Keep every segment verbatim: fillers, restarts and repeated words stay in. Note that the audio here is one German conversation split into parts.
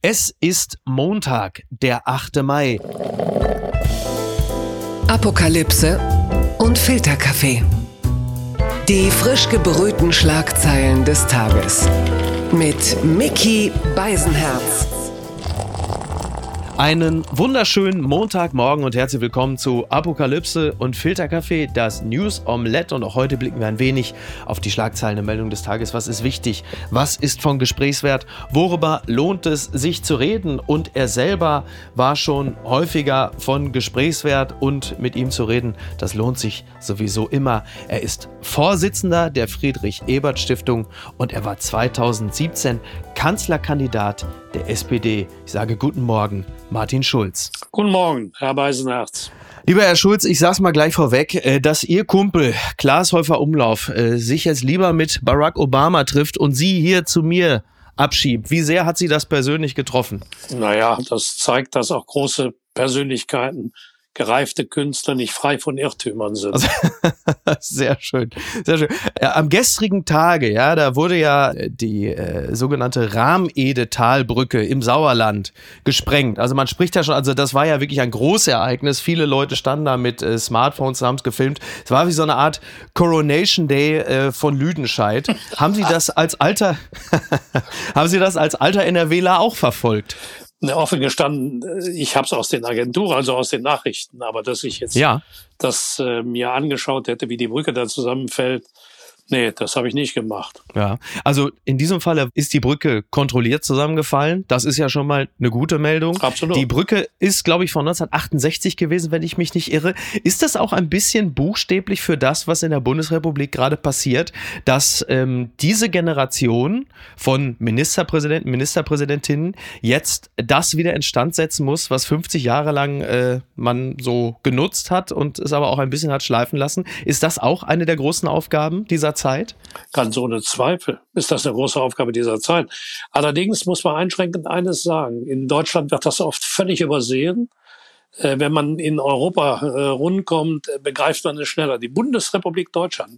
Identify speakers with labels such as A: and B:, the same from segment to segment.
A: Es ist Montag, der achte Mai.
B: Apokalypse und Filterkaffee. Die frisch gebrühten Schlagzeilen des Tages. Mit Micky Beisenherz.
A: Einen wunderschönen Montagmorgen und herzlich willkommen zu Apokalypse und Filterkaffee, das News Omelette. Und auch heute blicken wir ein wenig auf die Schlagzeilen der Meldung des Tages. Was ist wichtig? Was ist von Gesprächswert? Worüber lohnt es sich zu reden? Und er selber war schon häufiger von Gesprächswert und mit ihm zu reden, das lohnt sich sowieso immer. Er ist Vorsitzender der Friedrich-Ebert-Stiftung und er war zweitausendsiebzehn Kanzlerkandidat der S P D. Ich sage guten Morgen, Martin Schulz.
C: Guten Morgen, Herr Beisenherz.
A: Lieber Herr Schulz, ich sag's mal gleich vorweg, dass Ihr Kumpel Klaas Häufer Umlauf sich jetzt lieber mit Barack Obama trifft und Sie hier zu mir abschiebt. Wie sehr hat Sie das persönlich getroffen?
C: Naja, das zeigt, dass auch große Persönlichkeiten, gereifte Künstler nicht frei von Irrtümern sind.
A: Also, sehr schön, sehr schön. Ja, am gestrigen Tage, ja, da wurde ja die äh, sogenannte Rahm-Ede-Talbrücke im Sauerland gesprengt. Also man spricht ja schon, also das war ja wirklich ein Großereignis. Viele Leute standen da mit äh, Smartphones, haben es gefilmt. Es war wie so eine Art Coronation Day äh, von Lüdenscheid. Haben Sie das als alter, haben Sie das als alter NRWler auch verfolgt?
C: Offen gestanden, ich habe es aus den Agenturen, also aus den Nachrichten, aber dass ich jetzt
A: ja.
C: das äh, mir angeschaut hätte, wie die Brücke da zusammenfällt, nee, das habe ich nicht gemacht.
A: Ja, also in diesem Fall ist die Brücke kontrolliert zusammengefallen. Das ist ja schon mal eine gute Meldung.
C: Absolut.
A: Die Brücke ist, glaube ich, von neunzehnhundertachtundsechzig gewesen, wenn ich mich nicht irre. Ist das auch ein bisschen buchstäblich für das, was in der Bundesrepublik gerade passiert, dass ähm, diese Generation von Ministerpräsidenten, Ministerpräsidentinnen jetzt das wieder instand setzen muss, was fünfzig Jahre lang äh, man so genutzt hat und es aber auch ein bisschen hat schleifen lassen? Ist das auch eine der großen Aufgaben dieser Zeit?
C: Ganz ohne Zweifel ist das eine große Aufgabe dieser Zeit. Allerdings muss man einschränkend eines sagen. In Deutschland wird das oft völlig übersehen. Äh, wenn man in Europa äh, rundkommt, äh, begreift man es schneller. Die Bundesrepublik Deutschland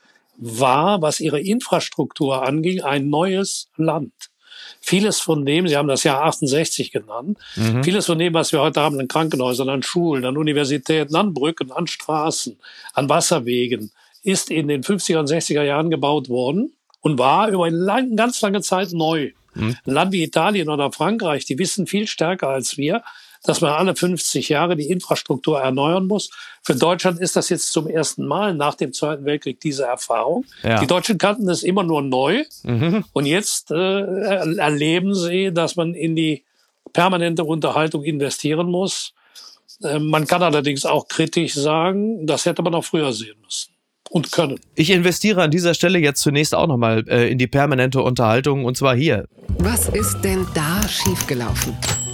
C: war, was ihre Infrastruktur anging, ein neues Land. Vieles von dem, Sie haben das Jahr achtundsechzig genannt, mhm. vieles von dem, was wir heute haben, an Krankenhäusern, an Schulen, an Universitäten, an Brücken, an Straßen, an Wasserwegen, ist in den fünfziger und sechziger Jahren gebaut worden und war über eine lang, ganz lange Zeit neu. Mhm. Ein Land wie Italien oder Frankreich, die wissen viel stärker als wir, dass man alle fünfzig Jahre die Infrastruktur erneuern muss. Für Deutschland ist das jetzt zum ersten Mal nach dem Zweiten Weltkrieg diese Erfahrung. Ja. Die Deutschen kannten es immer nur neu. Mhm. Und jetzt äh, erleben sie, dass man in die permanente Unterhaltung investieren muss. Äh, man kann allerdings auch kritisch sagen, das hätte man auch früher sehen müssen. Und können.
A: Ich investiere an dieser Stelle jetzt zunächst auch nochmal äh, in die permanente Unterhaltung und zwar hier.
B: Was ist denn da schiefgelaufen?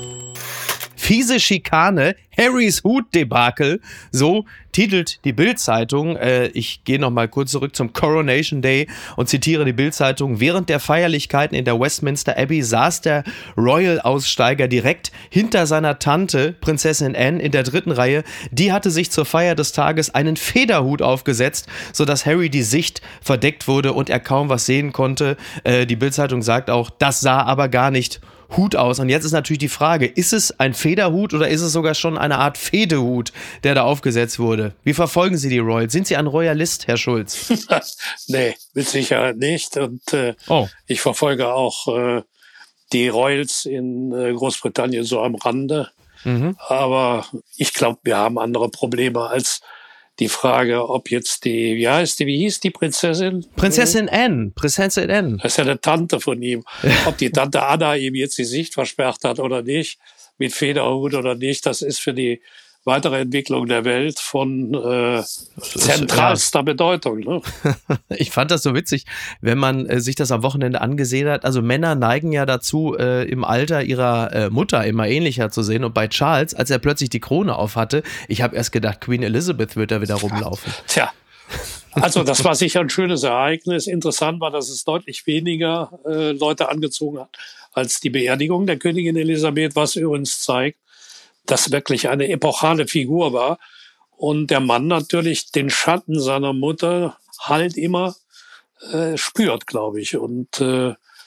A: Fiese Schikane, Harrys Hut-Debakel, so titelt die Bild-Zeitung. Äh, ich gehe noch mal kurz zurück zum Coronation Day und zitiere die Bild-Zeitung. Während der Feierlichkeiten in der Westminster Abbey saß der Royal-Aussteiger direkt hinter seiner Tante, Prinzessin Anne, in der dritten Reihe. Die hatte sich zur Feier des Tages einen Federhut aufgesetzt, sodass Harry die Sicht verdeckt wurde und er kaum was sehen konnte. Äh, die Bild-Zeitung sagt auch, das sah aber gar nicht Hut aus. Und jetzt ist natürlich die Frage, ist es ein Federhut oder ist es sogar schon eine Art Fedehut, der da aufgesetzt wurde? Wie verfolgen Sie die Royals? Sind Sie ein Royalist, Herr Schulz?
C: Nee, mit Sicherheit nicht. Und äh, oh. ich verfolge auch äh, die Royals in äh, Großbritannien so am Rande. Mhm. Aber ich glaube, wir haben andere Probleme als die Frage, ob jetzt die, wie heißt die, wie hieß die Prinzessin?
A: Prinzessin Anne, Prinzessin Anne.
C: Das ist ja eine Tante von ihm. Ob die Tante Anna ihm jetzt die Sicht versperrt hat oder nicht, mit Federhut oder nicht, das ist für die weitere Entwicklung der Welt von äh, zentralster Bedeutung. Ne?
A: Ich fand das so witzig, wenn man äh, sich das am Wochenende angesehen hat. Also Männer neigen ja dazu, äh, im Alter ihrer äh, Mutter immer ähnlicher zu sehen. Und bei Charles, als er plötzlich die Krone auf hatte, ich habe erst gedacht, Queen Elizabeth wird da wieder rumlaufen.
C: Tja, also das war sicher ein schönes Ereignis. Interessant war, dass es deutlich weniger äh, Leute angezogen hat als die Beerdigung der Königin Elisabeth, was übrigens zeigt, das wirklich eine epochale Figur war und der Mann natürlich den Schatten seiner Mutter halt immer äh, spürt, glaube ich. Und äh,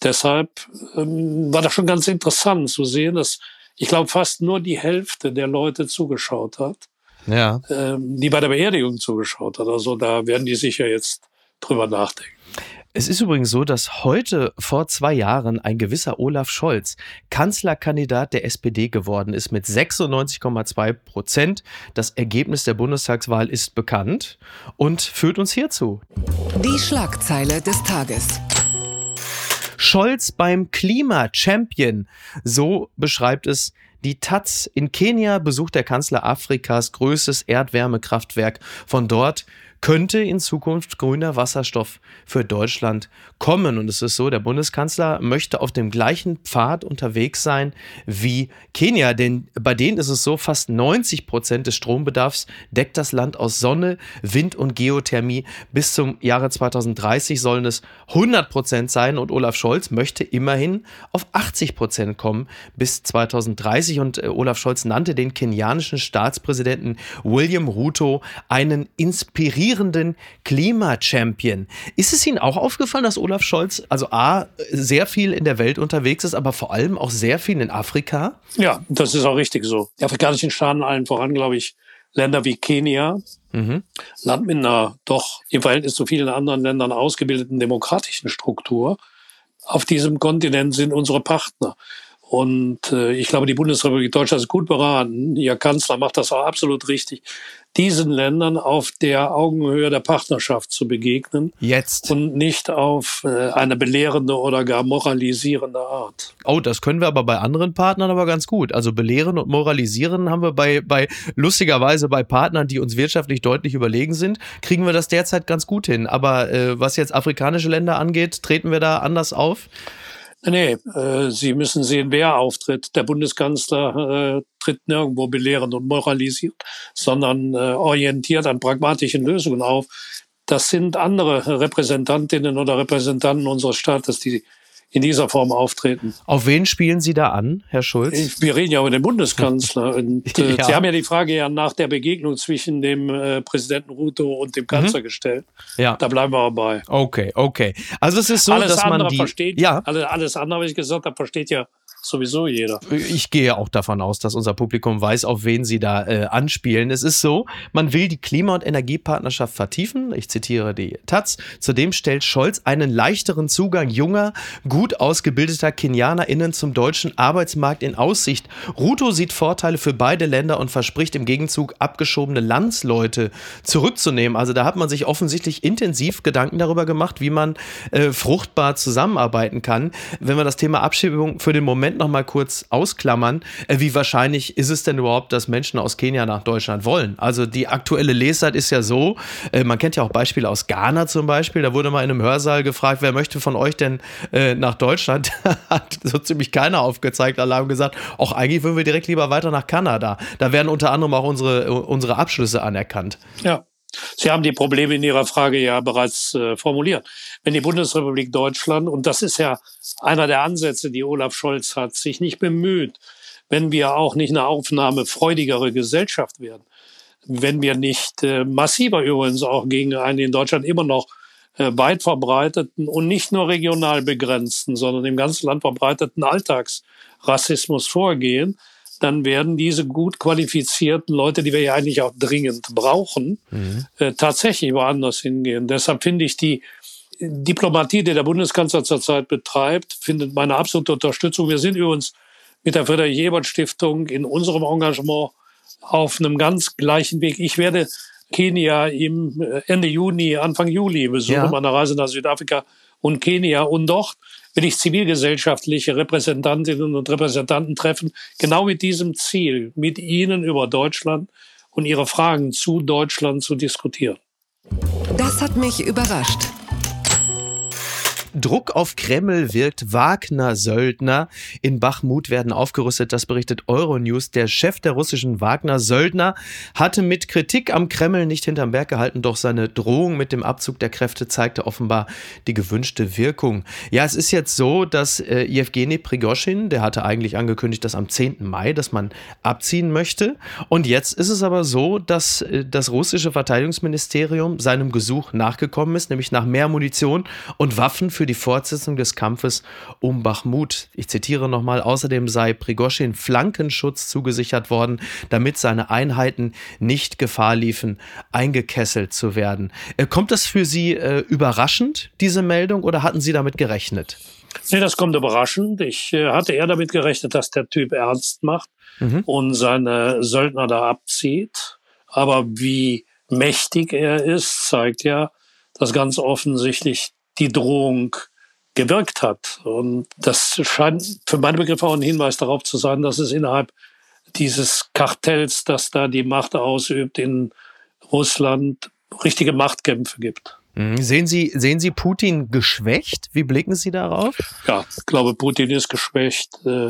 C: deshalb ähm, war das schon ganz interessant zu sehen, dass ich glaube fast nur die Hälfte der Leute zugeschaut hat,
A: ja.
C: ähm, die bei der Beerdigung zugeschaut hat. Also da werden die sicher jetzt drüber nachdenken.
A: Es ist übrigens so, dass heute vor zwei Jahren ein gewisser Olaf Scholz Kanzlerkandidat der S P D geworden ist mit sechsundneunzig Komma zwei Prozent. Das Ergebnis der Bundestagswahl ist bekannt und führt uns hierzu.
B: Die Schlagzeile des Tages.
A: Scholz beim Klima-Champion, so beschreibt es die Taz. In Kenia besucht der Kanzler Afrikas größtes Erdwärmekraftwerk. Von dort könnte in Zukunft grüner Wasserstoff für Deutschland kommen. Und es ist so, der Bundeskanzler möchte auf dem gleichen Pfad unterwegs sein wie Kenia. Denn bei denen ist es so, fast neunzig Prozent des Strombedarfs deckt das Land aus Sonne, Wind und Geothermie. Bis zum Jahre zweitausenddreißig sollen es hundert Prozent sein. Und Olaf Scholz möchte immerhin auf achtzig Prozent kommen bis zweitausenddreißig. Und Olaf Scholz nannte den kenianischen Staatspräsidenten William Ruto einen inspirierenden Klima-Champion. Ist es Ihnen auch aufgefallen, dass Olaf Scholz also A, sehr viel in der Welt unterwegs ist, aber vor allem auch sehr viel in Afrika?
C: Ja, das ist auch richtig so. Die afrikanischen Staaten, allen voran, glaube ich, Länder wie Kenia, mhm. Land mit einer doch im Verhältnis zu vielen anderen Ländern ausgebildeten demokratischen Struktur. Auf diesem Kontinent sind unsere Partner. Und äh, ich glaube, die Bundesrepublik Deutschland ist gut beraten. Ihr Kanzler macht das auch absolut richtig, diesen Ländern auf der Augenhöhe der Partnerschaft zu begegnen.
A: Jetzt.
C: Und nicht auf äh, eine belehrende oder gar moralisierende Art.
A: Oh, das können wir aber bei anderen Partnern aber ganz gut. Also belehren und moralisieren haben wir bei, bei lustigerweise bei Partnern, die uns wirtschaftlich deutlich überlegen sind, kriegen wir das derzeit ganz gut hin. Aber äh, was jetzt afrikanische Länder angeht, treten wir da anders auf?
C: Nee, äh, Sie müssen sehen, wer auftritt. Der Bundeskanzler äh, tritt nirgendwo belehrend und moralisiert, sondern äh, orientiert an pragmatischen Lösungen auf. Das sind andere Repräsentantinnen oder Repräsentanten unseres Staates, die in dieser Form auftreten.
A: Auf wen spielen Sie da an, Herr Schulz?
C: Ich, wir reden ja über den Bundeskanzler. Und, äh,
A: ja.
C: Sie haben ja die Frage ja nach der Begegnung zwischen dem äh, Präsidenten Ruto und dem Kanzler mhm. gestellt. Ja. Da bleiben wir dabei.
A: Okay, okay. Also es ist so,
C: alles
A: dass man
C: andere
A: die...
C: Versteht, ja. alles, alles andere, was ich gesagt habe, versteht ja sowieso jeder.
A: Ich gehe auch davon aus, dass unser Publikum weiß, auf wen Sie da äh, anspielen. Es ist so, man will die Klima- und Energiepartnerschaft vertiefen. Ich zitiere die Taz. Zudem stellt Scholz einen leichteren Zugang junger, gut ausgebildeter KenianerInnen zum deutschen Arbeitsmarkt in Aussicht. Ruto sieht Vorteile für beide Länder und verspricht im Gegenzug, abgeschobene Landsleute zurückzunehmen. Also da hat man sich offensichtlich intensiv Gedanken darüber gemacht, wie man äh, fruchtbar zusammenarbeiten kann. Wenn wir das Thema Abschiebung für den Moment noch mal kurz ausklammern, äh, wie wahrscheinlich ist es denn überhaupt, dass Menschen aus Kenia nach Deutschland wollen? Also die aktuelle Lesart ist ja so, äh, man kennt ja auch Beispiele aus Ghana zum Beispiel, da wurde mal in einem Hörsaal gefragt, wer möchte von euch denn äh, nach Deutschland? Hat so ziemlich keiner aufgezeigt, alle haben gesagt, auch eigentlich würden wir direkt lieber weiter nach Kanada. Da werden unter anderem auch unsere, unsere Abschlüsse anerkannt.
C: Ja. Sie haben die Probleme in Ihrer Frage ja bereits äh, formuliert. Wenn die Bundesrepublik Deutschland, und das ist ja einer der Ansätze, die Olaf Scholz hat, sich nicht bemüht, wenn wir auch nicht eine aufnahmefreudigere Gesellschaft werden, wenn wir nicht äh, massiver übrigens auch gegen einen in Deutschland immer noch äh, weit verbreiteten und nicht nur regional begrenzten, sondern im ganzen Land verbreiteten Alltagsrassismus vorgehen, dann werden diese gut qualifizierten Leute, die wir ja eigentlich auch dringend brauchen, mhm. äh, tatsächlich woanders hingehen. Deshalb finde ich, die Diplomatie, die der Bundeskanzler zurzeit betreibt, findet meine absolute Unterstützung. Wir sind übrigens mit der Friedrich-Ebert-Stiftung in unserem Engagement auf einem ganz gleichen Weg. Ich werde Kenia im Ende Juni, Anfang Juli besuchen, ja. meiner Reise nach Südafrika und Kenia. Und dort will ich zivilgesellschaftliche Repräsentantinnen und Repräsentanten treffen, genau mit diesem Ziel, mit ihnen über Deutschland und ihre Fragen zu Deutschland zu diskutieren.
B: Das hat mich überrascht.
A: Druck auf Kreml wirkt Wagner-Söldner. In Bachmut werden aufgerüstet, das berichtet Euronews. Der Chef der russischen Wagner-Söldner hatte mit Kritik am Kreml nicht hinterm Berg gehalten, doch seine Drohung mit dem Abzug der Kräfte zeigte offenbar die gewünschte Wirkung. Ja, es ist jetzt so, dass äh, Jewgeni Prigoschin, der hatte eigentlich angekündigt, dass am zehnten Mai, dass man abziehen möchte. Und jetzt ist es aber so, dass äh, das russische Verteidigungsministerium seinem Gesuch nachgekommen ist, nämlich nach mehr Munition und Waffen für für die Fortsetzung des Kampfes um Bachmut. Ich zitiere nochmal, außerdem sei Prigoschin Flankenschutz zugesichert worden, damit seine Einheiten nicht Gefahr liefen, eingekesselt zu werden. Kommt das für Sie äh, überraschend, diese Meldung, oder hatten Sie damit gerechnet?
C: Nee, das kommt überraschend. Ich äh, hatte eher damit gerechnet, dass der Typ ernst macht mhm. und seine Söldner da abzieht. Aber wie mächtig er ist, zeigt ja, dass ganz offensichtlich die Drohung gewirkt hat. Und das scheint für meine Begriffe auch ein Hinweis darauf zu sein, dass es innerhalb dieses Kartells, das da die Macht ausübt in Russland, richtige Machtkämpfe gibt.
A: Sehen Sie, sehen Sie Putin geschwächt? Wie blicken Sie darauf?
C: Ja, ich glaube, Putin ist geschwächt.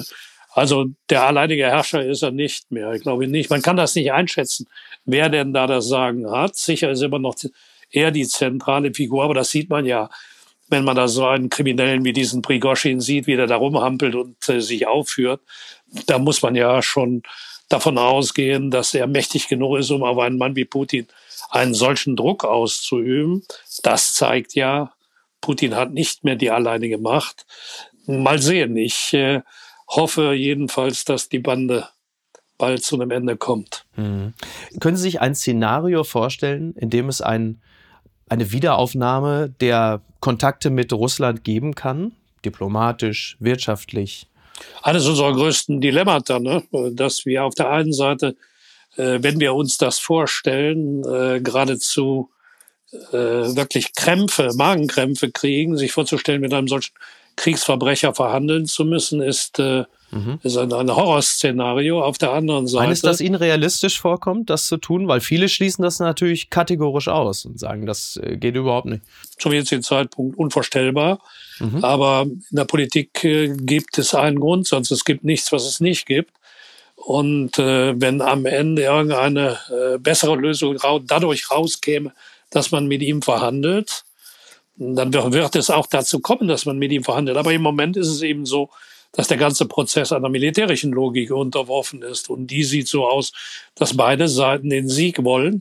C: Also der alleinige Herrscher ist er nicht mehr. Ich glaube nicht. Man kann das nicht einschätzen, wer denn da das Sagen hat. Sicher ist immer noch er die zentrale Figur, aber das sieht man ja, wenn man da so einen Kriminellen wie diesen Prigoschin sieht, wie der da rumhampelt und äh, sich aufführt. Da muss man ja schon davon ausgehen, dass er mächtig genug ist, um auf einen Mann wie Putin einen solchen Druck auszuüben. Das zeigt ja, Putin hat nicht mehr die alleinige Macht. Mal sehen. Ich äh, hoffe jedenfalls, dass die Bande bald zu einem Ende kommt.
A: Mhm. Können Sie sich ein Szenario vorstellen, in dem es ein, eine Wiederaufnahme der Kontakte mit Russland geben kann? Diplomatisch, wirtschaftlich?
C: Eines unserer größten Dilemmata, ne? Dass wir auf der einen Seite, äh, wenn wir uns das vorstellen, äh, geradezu äh, wirklich Krämpfe, Magenkrämpfe kriegen. Sich vorzustellen, mit einem solchen Kriegsverbrecher verhandeln zu müssen, ist, äh, mhm. ist ein, ein Horrorszenario. Auf der anderen Seite...
A: Eines, das Ihnen realistisch vorkommt, das zu tun? Weil viele schließen das natürlich kategorisch aus und sagen, das äh, geht überhaupt nicht.
C: Zum jetzigen Zeitpunkt unvorstellbar. Mhm. Aber in der Politik äh, gibt es einen Grundsatz. Es gibt nichts, was es nicht gibt. Und äh, wenn am Ende irgendeine äh, bessere Lösung ra- dadurch rauskäme, dass man mit ihm verhandelt, dann wird es auch dazu kommen, dass man mit ihm verhandelt. Aber im Moment ist es eben so, dass der ganze Prozess einer militärischen Logik unterworfen ist. Und die sieht so aus, dass beide Seiten den Sieg wollen.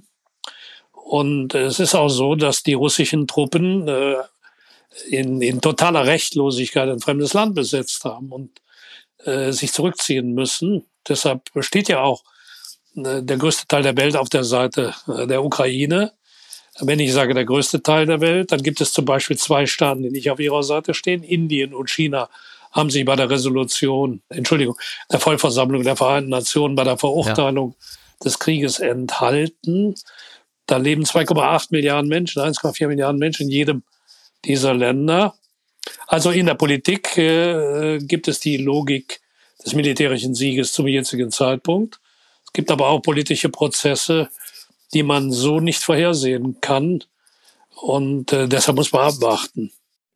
C: Und es ist auch so, dass die russischen Truppen äh, in, in totaler Rechtlosigkeit ein fremdes Land besetzt haben und äh, sich zurückziehen müssen. Deshalb steht ja auch äh, der größte Teil der Welt auf der Seite äh, der Ukraine. Wenn ich sage der größte Teil der Welt, dann gibt es zum Beispiel zwei Staaten, die nicht auf ihrer Seite stehen. Indien und China haben sich bei der Resolution, Entschuldigung, der Vollversammlung der Vereinten Nationen bei der Verurteilung ja. des Krieges enthalten. Da leben zwei Komma acht Milliarden Menschen, eins Komma vier Milliarden Menschen in jedem dieser Länder. Also in der Politik äh, gibt es die Logik des militärischen Sieges zum jetzigen Zeitpunkt. Es gibt aber auch politische Prozesse, die man so nicht vorhersehen kann. Und äh, deshalb muss man abwarten.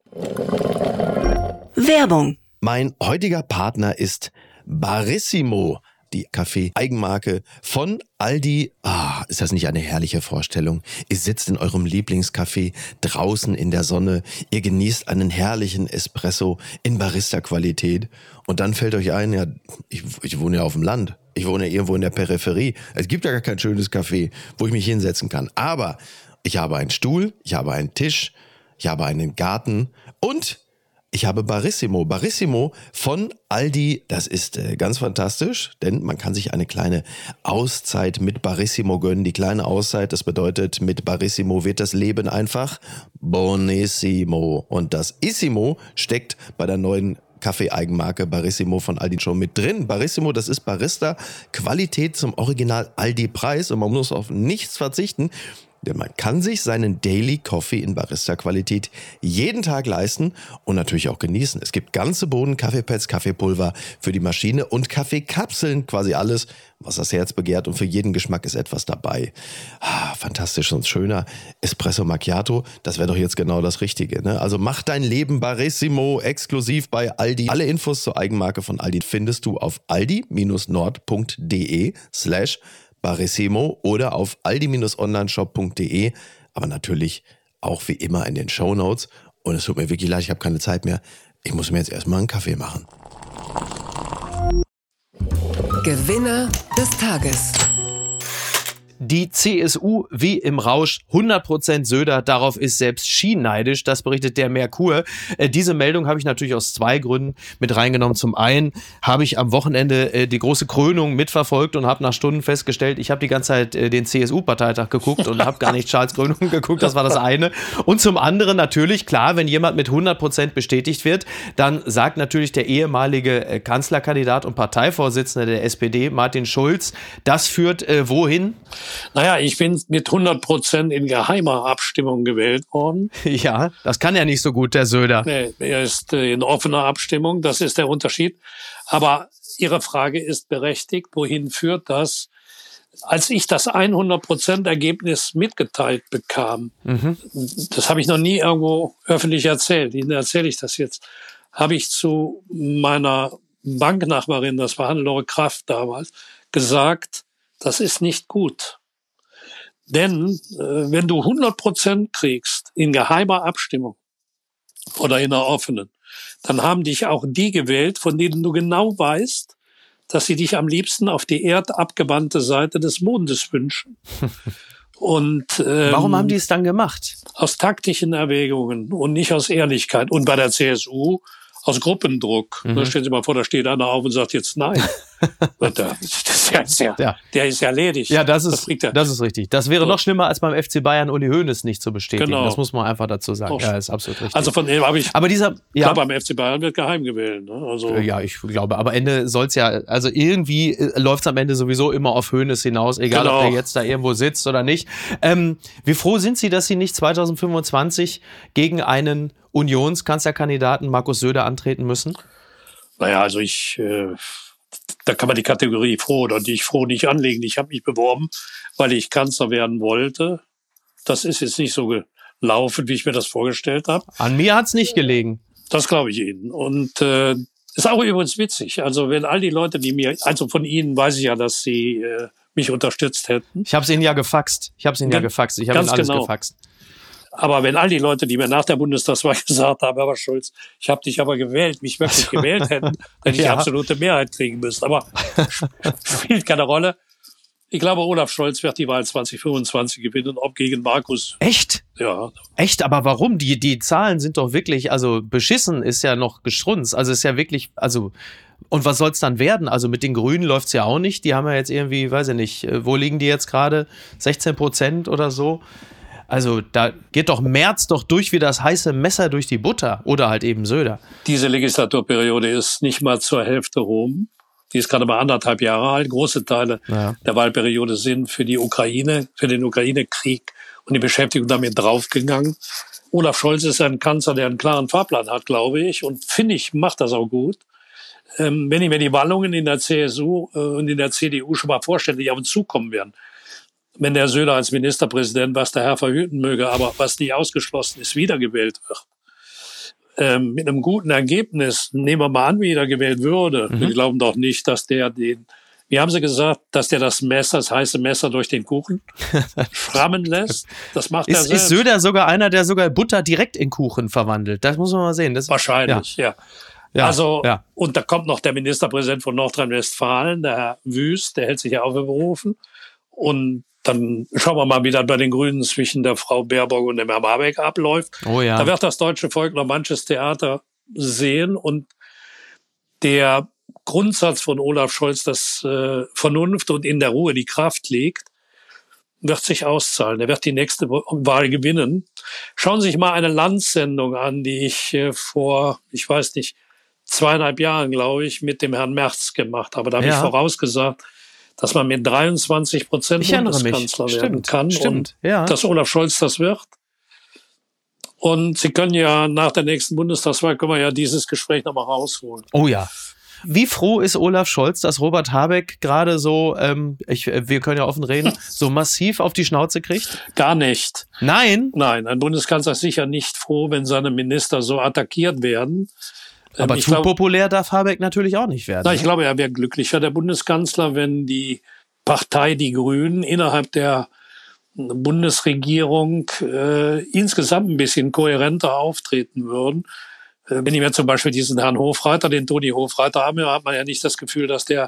D: Werbung.
E: Mein heutiger Partner ist Barissimo, die Kaffee-Eigenmarke von Aldi. Ah, ist das nicht eine herrliche Vorstellung? Ihr sitzt in eurem Lieblingscafé draußen in der Sonne, ihr genießt einen herrlichen Espresso in Barista-Qualität und dann fällt euch ein, ja, ich, ich wohne ja auf dem Land, ich wohne ja irgendwo in der Peripherie. Es gibt ja gar kein schönes Café, wo ich mich hinsetzen kann. Aber ich habe einen Stuhl, ich habe einen Tisch, ich habe einen Garten und ich habe Barissimo. Barissimo von Aldi, das ist äh, ganz fantastisch, denn man kann sich eine kleine Auszeit mit Barissimo gönnen. Die kleine Auszeit, das bedeutet, mit Barissimo wird das Leben einfach bonissimo. Und das Issimo steckt bei der neuen Kaffee-Eigenmarke Barissimo von Aldi schon mit drin. Barissimo, das ist Barista, Qualität zum Original Aldi-Preis und man muss auf nichts verzichten. Denn man kann sich seinen Daily Coffee in Barista-Qualität jeden Tag leisten und natürlich auch genießen. Es gibt ganze Bohnen, Kaffeepads, Kaffeepulver für die Maschine und Kaffeekapseln, quasi alles, was das Herz begehrt und für jeden Geschmack ist etwas dabei. Ah, fantastisch und schöner Espresso Macchiato, das wäre doch jetzt genau das Richtige, ne? Also mach dein Leben Barissimo exklusiv bei Aldi. Alle Infos zur Eigenmarke von Aldi findest du auf aldi-nord.de slash Barissimo oder auf aldi-onlineshop punkt de, aber natürlich auch wie immer in den Shownotes. Und es tut mir wirklich leid, ich habe keine Zeit mehr. Ich muss mir jetzt erstmal einen Kaffee machen.
B: Gewinner des Tages.
A: Die C S U wie im Rausch, hundert Prozent Söder, darauf ist selbst Xi neidisch, das berichtet der Merkur. Äh, diese Meldung habe ich natürlich aus zwei Gründen mit reingenommen. Zum einen habe ich am Wochenende äh, die große Krönung mitverfolgt und habe nach Stunden festgestellt, ich habe die ganze Zeit äh, den C S U-Parteitag geguckt und habe gar nicht Charles Krönung geguckt, das war das eine. Und zum anderen natürlich, klar, wenn jemand mit hundert Prozent bestätigt wird, dann sagt natürlich der ehemalige äh, Kanzlerkandidat und Parteivorsitzende der S P D, Martin Schulz, das führt äh, wohin?
C: Naja, ich bin mit hundert Prozent in geheimer Abstimmung gewählt worden.
A: Ja, das kann ja nicht so gut, der Söder.
C: Nee, er ist äh, in offener Abstimmung, das ist der Unterschied. Aber Ihre Frage ist berechtigt, wohin führt das? Als ich das hundert Prozent Ergebnis mitgeteilt bekam, mhm. das habe ich noch nie irgendwo öffentlich erzählt, Ihnen erzähle ich das jetzt, habe ich zu meiner Banknachbarin, das war Hannelore Kraft damals, gesagt, das ist nicht gut. Denn äh, wenn du hundert Prozent kriegst in geheimer Abstimmung oder in einer offenen, dann haben dich auch die gewählt, von denen du genau weißt, dass sie dich am liebsten auf die erdabgewandte Seite des Mondes wünschen. Und ähm,
A: warum haben die es dann gemacht?
C: Aus taktischen Erwägungen und nicht aus Ehrlichkeit. Und bei der C S U aus Gruppendruck. Mhm. Stellen Sie mal vor, da steht einer auf und sagt jetzt nein. Und da, das ist ja, ja. Der ist ja erledigt.
A: Ja, das ist, das, das ist richtig. Das wäre so. Noch schlimmer, als beim F C Bayern Uli Hoeneß nicht zu bestätigen. Genau. Das muss man einfach dazu sagen. Auch ja, ist absolut richtig.
C: Also von dem habe ich,
A: aber dieser,
C: ja.
A: klar,
C: beim F C Bayern wird geheim gewählt. Ne? Also
A: ja, ich glaube, aber Ende soll's ja, also irgendwie läuft's am Ende sowieso immer auf Hoeneß hinaus, egal genau. ob der jetzt da irgendwo sitzt oder nicht. Ähm, wie froh sind Sie, dass Sie nicht zwanzig fünfundzwanzig gegen einen Unionskanzlerkandidaten Markus Söder antreten müssen?
C: Naja, also ich, äh, da kann man die Kategorie froh oder die ich froh nicht anlegen. Ich habe mich beworben, weil ich Kanzler werden wollte. Das ist jetzt nicht so gelaufen, wie ich mir das vorgestellt habe.
A: An mir hat's nicht gelegen.
C: Das glaube ich Ihnen. Und äh, ist auch übrigens witzig. Also wenn all die Leute, die mir, also von Ihnen weiß ich ja, dass Sie äh, mich unterstützt hätten.
A: Ich habe es Ihnen ja gefaxt. Ich habe es Ihnen ja gefaxt. Ich habe Ihnen alles genau. gefaxt.
C: Aber wenn all die Leute, die mir nach der Bundestagswahl gesagt haben, Herr Schulz, ich habe dich aber gewählt, mich wirklich gewählt hätten, hätte ich ja. die absolute Mehrheit kriegen müssen. Aber spielt keine Rolle. Ich glaube, Olaf Scholz wird die Wahl zwanzig fünfundzwanzig gewinnen, ob gegen Markus.
A: Echt?
C: Ja.
A: Echt? Aber warum? Die, die Zahlen sind doch wirklich, also beschissen ist ja noch gestrunzt. Also ist ja wirklich, also, und was soll's dann werden? Also mit den Grünen läuft's ja auch nicht. Die haben ja jetzt irgendwie, weiß ich nicht, wo liegen die jetzt gerade? sechzehn Prozent oder so? Also da geht doch Merz doch durch wie das heiße Messer durch die Butter. Oder halt eben Söder.
C: Diese Legislaturperiode ist nicht mal zur Hälfte rum. Die ist gerade mal anderthalb Jahre alt. Große Teile ja. der Wahlperiode sind für die Ukraine, für den Ukraine-Krieg und die Beschäftigung damit draufgegangen. Olaf Scholz ist ein Kanzler, der einen klaren Fahrplan hat, glaube ich. Und finde ich, macht das auch gut. Ähm, wenn ich mir die Wallungen in der C S U äh, und in der C D U schon mal vorstelle, die auf uns zukommen werden. Wenn der Söder als Ministerpräsident, was der Herr verhüten möge, aber was nicht ausgeschlossen ist, wiedergewählt wird. Ähm, mit einem guten Ergebnis, nehmen wir mal an, wie er gewählt würde. Mhm. Wir glauben doch nicht, dass der den, wie haben Sie gesagt, dass der das Messer, das heiße Messer durch den Kuchen schrammen lässt. Das macht
A: ist,
C: er selbst.
A: Ist Söder sogar einer, der sogar Butter direkt in Kuchen verwandelt? Das muss man mal sehen. Das,
C: Wahrscheinlich, ja. ja.
A: Ja,
C: also,
A: ja.
C: Und da kommt noch der Ministerpräsident von Nordrhein-Westfalen, der Herr Wüst, der hält sich ja auch berufen. Und dann schauen wir mal, wie das bei den Grünen zwischen der Frau Baerbock und dem Herrn Habeck abläuft.
A: Oh ja.
C: Da wird das deutsche Volk noch manches Theater sehen. Und der Grundsatz von Olaf Scholz, dass äh, Vernunft und in der Ruhe die Kraft liegt, wird sich auszahlen. Er wird die nächste Wahl gewinnen. Schauen Sie sich mal eine Landsendung an, die ich äh, vor, ich weiß nicht, zweieinhalb Jahren, glaube ich, mit dem Herrn Merz gemacht habe. Da habe ja. ich vorausgesagt, dass man mit dreiundzwanzig Prozent Bundeskanzler
A: mich.
C: werden
A: stimmt,
C: kann
A: stimmt,
C: und
A: ja.
C: dass Olaf Scholz das wird. Und Sie können ja nach der nächsten Bundestagswahl können wir ja dieses Gespräch nochmal rausholen.
A: Oh ja. Wie froh ist Olaf Scholz, dass Robert Habeck gerade so, ähm, ich, wir können ja offen reden, so massiv auf die Schnauze kriegt?
C: Gar nicht.
A: Nein?
C: Nein, ein Bundeskanzler ist sicher nicht froh, wenn seine Minister so attackiert werden.
A: Aber
C: ich
A: zu
C: glaub,
A: populär darf Habeck natürlich auch nicht werden.
C: Na, ich glaube, er wäre glücklicher, der Bundeskanzler, wenn die Partei, die Grünen, innerhalb der Bundesregierung äh, insgesamt ein bisschen kohärenter auftreten würden. Äh, wenn ich mir zum Beispiel diesen Herrn Hofreiter, den Toni Hofreiter habe, hat man ja nicht das Gefühl, dass der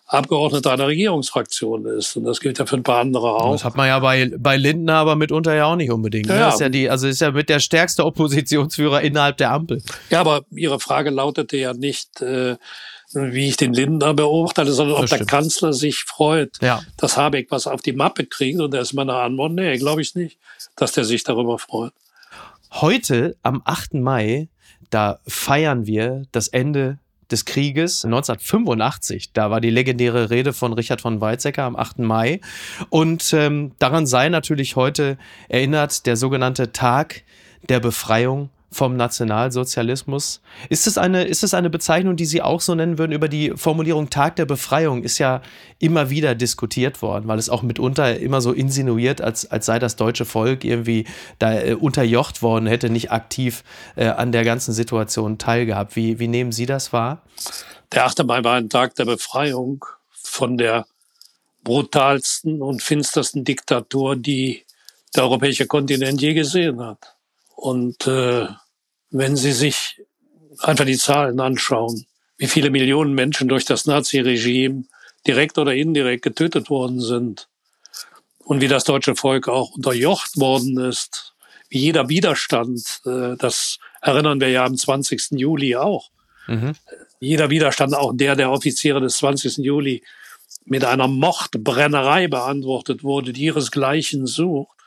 C: Abgeordneter einer Regierungsfraktion ist. Und das gilt ja für ein paar andere auch.
A: Das hat man ja bei, bei Lindner aber mitunter ja auch nicht unbedingt. Ne?
C: Ja, ja.
A: Das ist ja die, also ist ja mit der stärkste Oppositionsführer innerhalb der Ampel.
C: Ja, aber Ihre Frage lautete ja nicht, äh, wie ich den Lindner beurteile, sondern ob der Kanzler sich freut,
A: ja.
C: dass Habeck was auf die Mappe kriegt. Und da ist meine Antwort, nee, glaube ich nicht, dass der sich darüber freut.
A: Heute, am achten Mai, da feiern wir das Ende des Krieges neunzehnhundertfünfundachtzig. Da war die legendäre Rede von Richard von Weizsäcker am achten Mai. Und ähm, daran sei natürlich heute erinnert der sogenannte Tag der Befreiung vom Nationalsozialismus. Ist es eine, ist es eine Bezeichnung, die Sie auch so nennen würden? Über die Formulierung Tag der Befreiung ist ja immer wieder diskutiert worden, weil es auch mitunter immer so insinuiert, als, als sei das deutsche Volk irgendwie da äh, unterjocht worden, hätte nicht aktiv äh, an der ganzen Situation teilgehabt. Wie, wie nehmen Sie das wahr?
C: Der achte Mai war ein Tag der Befreiung von der brutalsten und finstersten Diktatur, die der europäische Kontinent je gesehen hat. Und äh, wenn Sie sich einfach die Zahlen anschauen, wie viele Millionen Menschen durch das Nazi-Regime direkt oder indirekt getötet worden sind und wie das deutsche Volk auch unterjocht worden ist, wie jeder Widerstand, äh, das erinnern wir ja am zwanzigsten Juli auch, mhm. jeder Widerstand, auch der der Offiziere des zwanzigsten Juli, mit einer Mordbrennerei beantwortet wurde, die ihresgleichen sucht.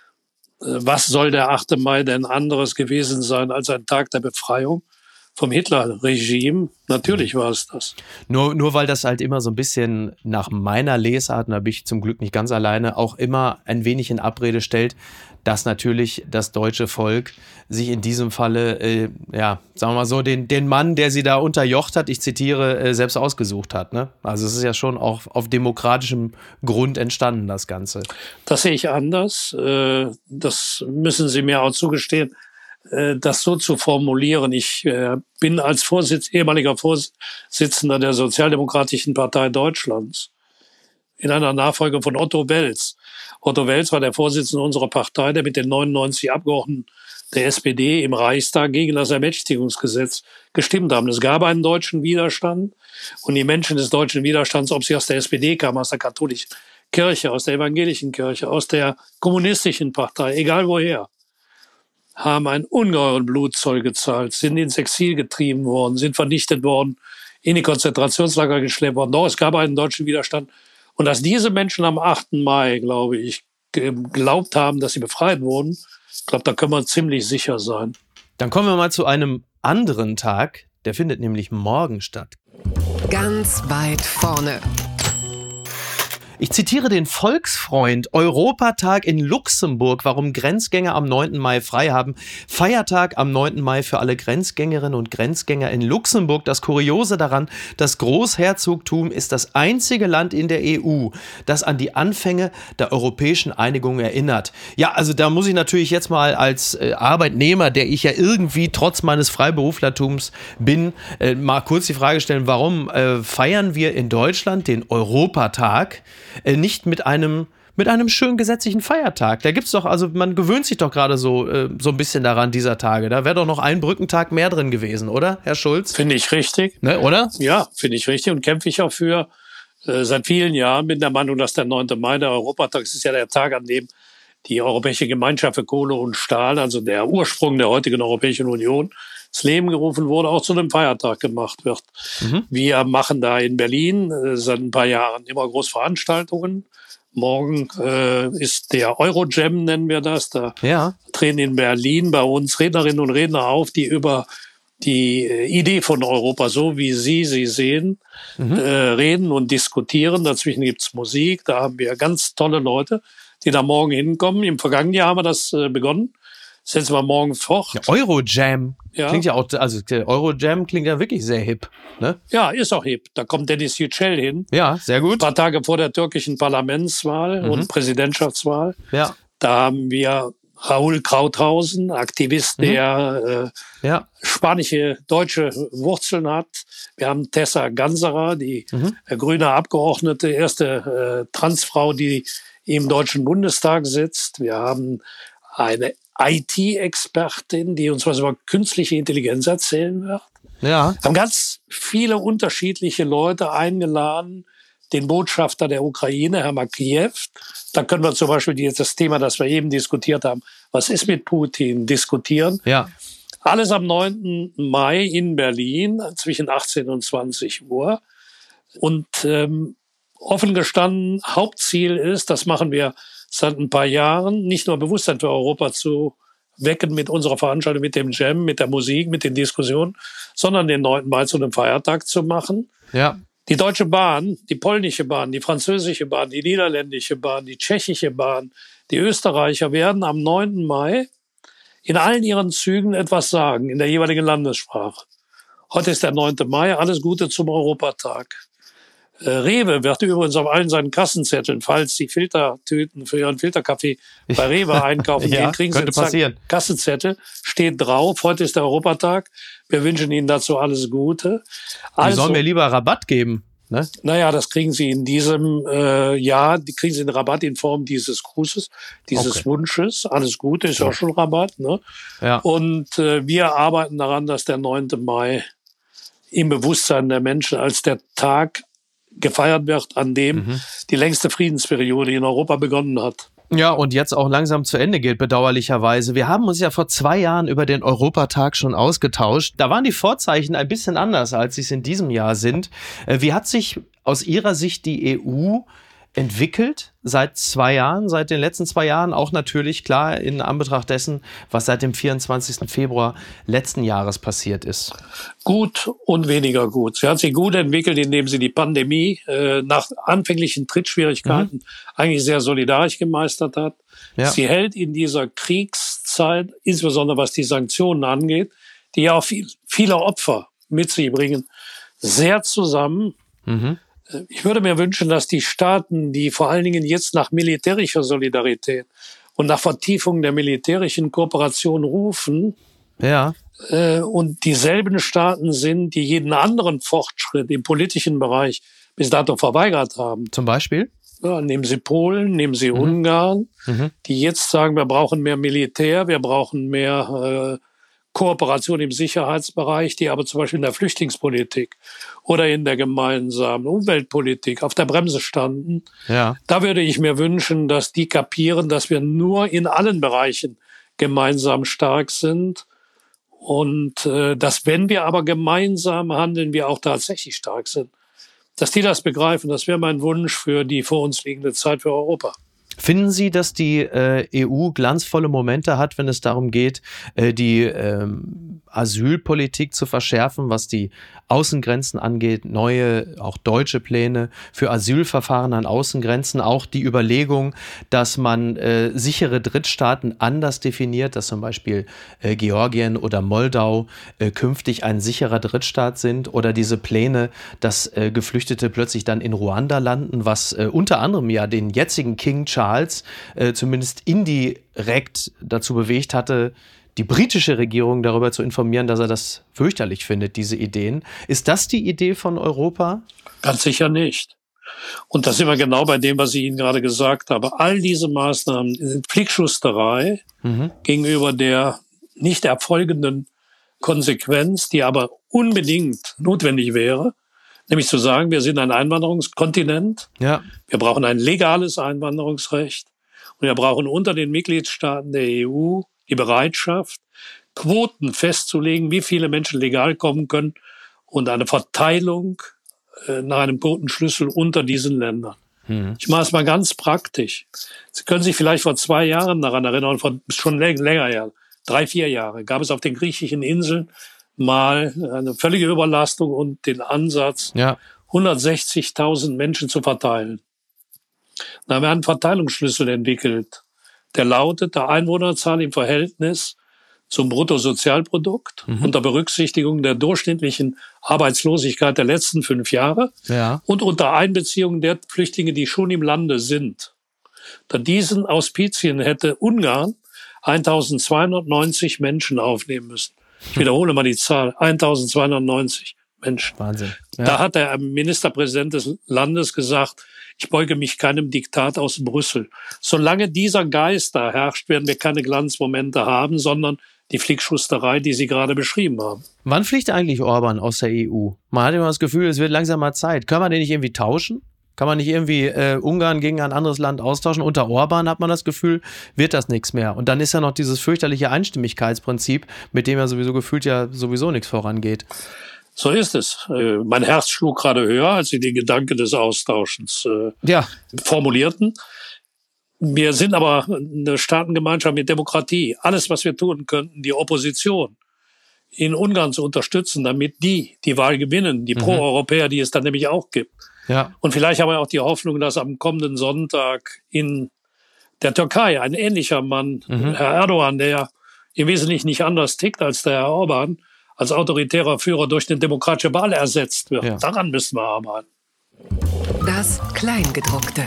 C: Was soll der achte Mai denn anderes gewesen sein als ein Tag der Befreiung vom Hitler-Regime? Natürlich war es das.
A: Nur, nur weil das halt immer so ein bisschen nach meiner Lesart, da bin ich zum Glück nicht ganz alleine, auch immer ein wenig in Abrede stellt, dass natürlich das deutsche Volk sich in diesem Falle, äh, ja, sagen wir mal so, den, den Mann, der sie da unterjocht hat, ich zitiere, äh, selbst ausgesucht hat. Ne? Also es ist ja schon auch auf demokratischem Grund entstanden, das Ganze.
C: Das sehe ich anders. Äh, das müssen Sie mir auch zugestehen, äh, das so zu formulieren. Ich äh, bin als Vorsitz, ehemaliger Vorsitzender der Sozialdemokratischen Partei Deutschlands in einer Nachfolge von Otto Wels. Otto Wels war der Vorsitzende unserer Partei, der mit den neunundneunzig Abgeordneten der S P D im Reichstag gegen das Ermächtigungsgesetz gestimmt haben. Es gab einen deutschen Widerstand und die Menschen des deutschen Widerstands, ob sie aus der S P D kamen, aus der katholischen Kirche, aus der evangelischen Kirche, aus der kommunistischen Partei, egal woher, haben einen ungeheuren Blutzoll gezahlt, sind ins Exil getrieben worden, sind vernichtet worden, in die Konzentrationslager geschleppt worden. Doch, es gab einen deutschen Widerstand. Und dass diese Menschen am achten Mai, glaube ich, geglaubt haben, dass sie befreit wurden, ich glaube, da können wir ziemlich sicher sein.
A: Dann kommen wir mal zu einem anderen Tag, der findet nämlich morgen statt.
B: Ganz weit vorne.
A: Ich zitiere den Volksfreund: Europatag in Luxemburg, warum Grenzgänger am neunten Mai frei haben. Feiertag am neunten Mai für alle Grenzgängerinnen und Grenzgänger in Luxemburg. Das Kuriose daran, das Großherzogtum ist das einzige Land in der E U, das an die Anfänge der europäischen Einigung erinnert. Ja, also da muss ich natürlich jetzt mal als äh, Arbeitnehmer, der ich ja irgendwie trotz meines Freiberuflertums bin, äh, mal kurz die Frage stellen, warum äh, feiern wir in Deutschland den Europatag nicht mit einem mit einem schönen gesetzlichen Feiertag? Da gibt's doch, also man gewöhnt sich doch gerade so äh, so ein bisschen daran dieser Tage. Da wäre doch noch ein Brückentag mehr drin gewesen, oder, Herr Schulz?
C: Finde ich richtig.
A: Ne, oder?
C: Ja, finde ich richtig und kämpfe ich auch für. Äh, seit vielen Jahren bin der Meinung, dass der neunte Mai, der Europatag, das ist ja der Tag, an dem die Europäische Gemeinschaft für Kohle und Stahl, also der Ursprung der heutigen Europäischen Union, ins Leben gerufen wurde, auch zu einem Feiertag gemacht wird. Mhm. Wir machen da in Berlin äh, seit ein paar Jahren immer Großveranstaltungen. Morgen äh, ist der Eurojam, nennen wir das. Da ja. treten in Berlin bei uns Rednerinnen und Redner auf, die über die äh, Idee von Europa, so wie Sie sie sehen, mhm. äh, reden und diskutieren. Dazwischen gibt's Musik. Da haben wir ganz tolle Leute, die da morgen hinkommen. Im vergangenen Jahr haben wir das äh, begonnen. Setzen wir morgen fort.
A: Ja, Eurojam. Ja. Klingt ja auch, also der Eurojam klingt ja wirklich sehr hip, ne?
C: Ja, ist auch hip. Da kommt Dennis Yücel hin.
A: Ja, sehr gut.
C: Ein paar Tage vor der türkischen Parlamentswahl mhm. und Präsidentschaftswahl.
A: Ja.
C: Da haben wir Raoul Krauthausen, Aktivist, mhm. der äh, ja. spanische, deutsche Wurzeln hat. Wir haben Tessa Ganserer, die mhm. äh, grüne Abgeordnete, erste äh, Transfrau, die im Deutschen Bundestag sitzt. Wir haben eine I T-Expertin, die uns was über künstliche Intelligenz erzählen wird.
A: Ja.
C: Wir haben ganz viele unterschiedliche Leute eingeladen, den Botschafter der Ukraine, Herr Makiew. Da können wir zum Beispiel das Thema, das wir eben diskutiert haben, was ist mit Putin, diskutieren.
A: Ja.
C: Alles am neunten Mai in Berlin zwischen achtzehn und zwanzig Uhr. Und ähm, offen gestanden, Hauptziel ist, das machen wir seit ein paar Jahren, nicht nur Bewusstsein für Europa zu wecken mit unserer Veranstaltung, mit dem Jam, mit der Musik, mit den Diskussionen, sondern den neunten Mai zu einem Feiertag zu machen.
A: Ja.
C: Die Deutsche Bahn, die polnische Bahn, die französische Bahn, die niederländische Bahn, die tschechische Bahn, die Österreicher werden am neunten Mai in allen ihren Zügen etwas sagen, in der jeweiligen Landessprache. Heute ist der neunte Mai, alles Gute zum Europatag. Äh, Rewe wird übrigens auf allen seinen Kassenzetteln, falls Sie Filtertüten für Ihren Filterkaffee bei Rewe einkaufen
A: ja,
C: gehen, kriegen Sie einen Kassenzettel, steht drauf, heute ist der Europatag, wir wünschen Ihnen dazu alles Gute. Also,
A: die sollen mir lieber Rabatt geben. Ne?
C: Naja, das kriegen Sie in diesem äh, Jahr, die kriegen Sie einen Rabatt in Form dieses Grußes, dieses
A: okay.
C: Wunsches. Alles Gute, ist ja auch schon Rabatt. Ne?
A: Ja.
C: Und äh, wir arbeiten daran, dass der neunte Mai im Bewusstsein der Menschen als der Tag gefeiert wird, an dem mhm. die längste Friedensperiode in Europa begonnen hat.
A: Ja, und jetzt auch langsam zu Ende geht, bedauerlicherweise. Wir haben uns ja vor zwei Jahren über den Europatag schon ausgetauscht. Da waren die Vorzeichen ein bisschen anders, als sie es in diesem Jahr sind. Wie hat sich aus Ihrer Sicht die E U entwickelt seit zwei Jahren, seit den letzten zwei Jahren? Auch natürlich, klar, in Anbetracht dessen, was seit dem vierundzwanzigsten Februar letzten Jahres passiert ist.
C: Gut und weniger gut. Sie hat sich gut entwickelt, indem sie die Pandemie äh, nach anfänglichen Trittschwierigkeiten mhm. eigentlich sehr solidarisch gemeistert hat. Ja. Sie hält in dieser Kriegszeit, insbesondere was die Sanktionen angeht, die ja auch viel, viele Opfer mit sich bringen, sehr zusammen. Mhm. Ich würde mir wünschen, dass die Staaten, die vor allen Dingen jetzt nach militärischer Solidarität und nach Vertiefung der militärischen Kooperation rufen,
A: ja.
C: äh, und dieselben Staaten sind, die jeden anderen Fortschritt im politischen Bereich bis dato verweigert haben.
A: Zum Beispiel?
C: Ja, nehmen Sie Polen, nehmen Sie mhm. Ungarn, mhm. die jetzt sagen, wir brauchen mehr Militär, wir brauchen mehr äh, Kooperation im Sicherheitsbereich, die aber zum Beispiel in der Flüchtlingspolitik oder in der gemeinsamen Umweltpolitik auf der Bremse standen.
A: Ja.
C: Da würde ich mir wünschen, dass die kapieren, dass wir nur in allen Bereichen gemeinsam stark sind und äh, dass, wenn wir aber gemeinsam handeln, wir auch tatsächlich stark sind. Dass die das begreifen, das wäre mein Wunsch für die vor uns liegende Zeit für Europa.
A: Finden Sie, dass die äh, E U glanzvolle Momente hat, wenn es darum geht, äh, die ähm, Asylpolitik zu verschärfen, was die Außengrenzen angeht, neue, auch deutsche Pläne für Asylverfahren an Außengrenzen, auch die Überlegung, dass man äh, sichere Drittstaaten anders definiert, dass zum Beispiel äh, Georgien oder Moldau äh, künftig ein sicherer Drittstaat sind, oder diese Pläne, dass äh, Geflüchtete plötzlich dann in Ruanda landen, was äh, unter anderem ja den jetzigen King Charles äh, zumindest indirekt dazu bewegt hatte, die britische Regierung darüber zu informieren, dass er das fürchterlich findet, diese Ideen. Ist das die Idee von Europa?
C: Ganz sicher nicht. Und da sind wir genau bei dem, was ich Ihnen gerade gesagt habe. All diese Maßnahmen sind Flickschusterei mhm. gegenüber der nicht erfolgenden Konsequenz, die aber unbedingt notwendig wäre, nämlich zu sagen, wir sind ein Einwanderungskontinent,
A: ja.
C: wir brauchen ein legales Einwanderungsrecht und wir brauchen unter den Mitgliedstaaten der E U die Bereitschaft, Quoten festzulegen, wie viele Menschen legal kommen können, und eine Verteilung äh, nach einem Quotenschlüssel unter diesen Ländern. Hm. Ich mache es mal ganz praktisch. Sie können sich vielleicht vor zwei Jahren daran erinnern, von schon länger her, drei, vier Jahre, gab es auf den griechischen Inseln mal eine völlige Überlastung und den Ansatz,
A: ja.
C: hundertsechzigtausend Menschen zu verteilen. Da haben wir einen Verteilungsschlüssel entwickelt. Der lautet, der Einwohnerzahl im Verhältnis zum Bruttosozialprodukt mhm. unter Berücksichtigung der durchschnittlichen Arbeitslosigkeit der letzten fünf Jahre
A: ja.
C: und unter Einbeziehung der Flüchtlinge, die schon im Lande sind. Unter diesen Auspizien hätte Ungarn eintausendzweihundertneunzig Menschen aufnehmen müssen. Ich wiederhole mal die Zahl, eintausendzweihundertneunzig Menschen.
A: Wahnsinn. Ja.
C: Da hat der Ministerpräsident des Landes gesagt, ich beuge mich keinem Diktat aus Brüssel. Solange dieser Geist da herrscht, werden wir keine Glanzmomente haben, sondern die Flickschusterei, die Sie gerade beschrieben haben.
A: Wann fliegt eigentlich Orban aus der E U? Man hat immer das Gefühl, es wird langsam mal Zeit. Können wir den nicht irgendwie tauschen? Kann man nicht irgendwie äh, Ungarn gegen ein anderes Land austauschen? Unter Orban hat man das Gefühl, wird das nichts mehr. Und dann ist ja noch dieses fürchterliche Einstimmigkeitsprinzip, mit dem ja sowieso gefühlt ja sowieso nichts vorangeht.
C: So ist es. Äh, mein Herz schlug gerade höher, als Sie den Gedanke des Austauschens äh,
A: ja.
C: formulierten. Wir sind aber eine Staatengemeinschaft mit Demokratie. Alles, was wir tun könnten, die Opposition in Ungarn zu unterstützen, damit die die Wahl gewinnen, die mhm. Pro-Europäer, die es dann nämlich auch gibt.
A: Ja.
C: Und vielleicht haben wir auch die Hoffnung, dass am kommenden Sonntag in der Türkei ein ähnlicher Mann, mhm. Herr Erdogan, der im Wesentlichen nicht anders tickt als der Herr Orban, als autoritärer Führer durch eine demokratische Wahl ersetzt wird. Ja. Daran müssen wir arbeiten.
B: Das Kleingedruckte.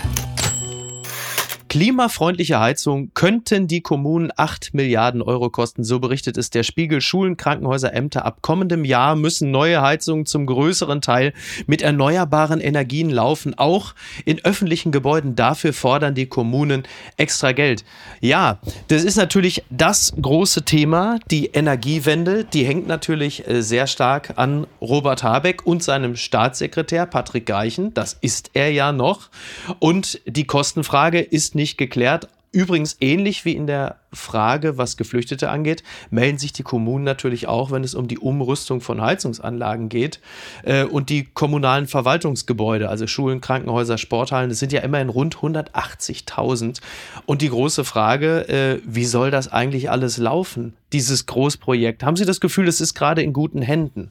A: Klimafreundliche Heizung könnten die Kommunen acht Milliarden Euro kosten, so berichtet es der Spiegel. Schulen, Krankenhäuser, Ämter ab kommendem Jahr müssen neue Heizungen zum größeren Teil mit erneuerbaren Energien laufen, auch in öffentlichen Gebäuden. Dafür fordern die Kommunen extra Geld. Ja, das ist natürlich das große Thema, die Energiewende. Die hängt natürlich sehr stark an Robert Habeck und seinem Staatssekretär Patrick Greichen. Das ist er ja noch. Und die Kostenfrage ist nicht geklärt. Übrigens ähnlich wie in der Frage, was Geflüchtete angeht, melden sich die Kommunen natürlich auch, wenn es um die Umrüstung von Heizungsanlagen geht. Äh, und die kommunalen Verwaltungsgebäude, also Schulen, Krankenhäuser, Sporthallen, das sind ja immerhin rund hundertachtzigtausend. Und die große Frage, äh, wie soll das eigentlich alles laufen, dieses Großprojekt? Haben Sie das Gefühl, es ist gerade in guten Händen?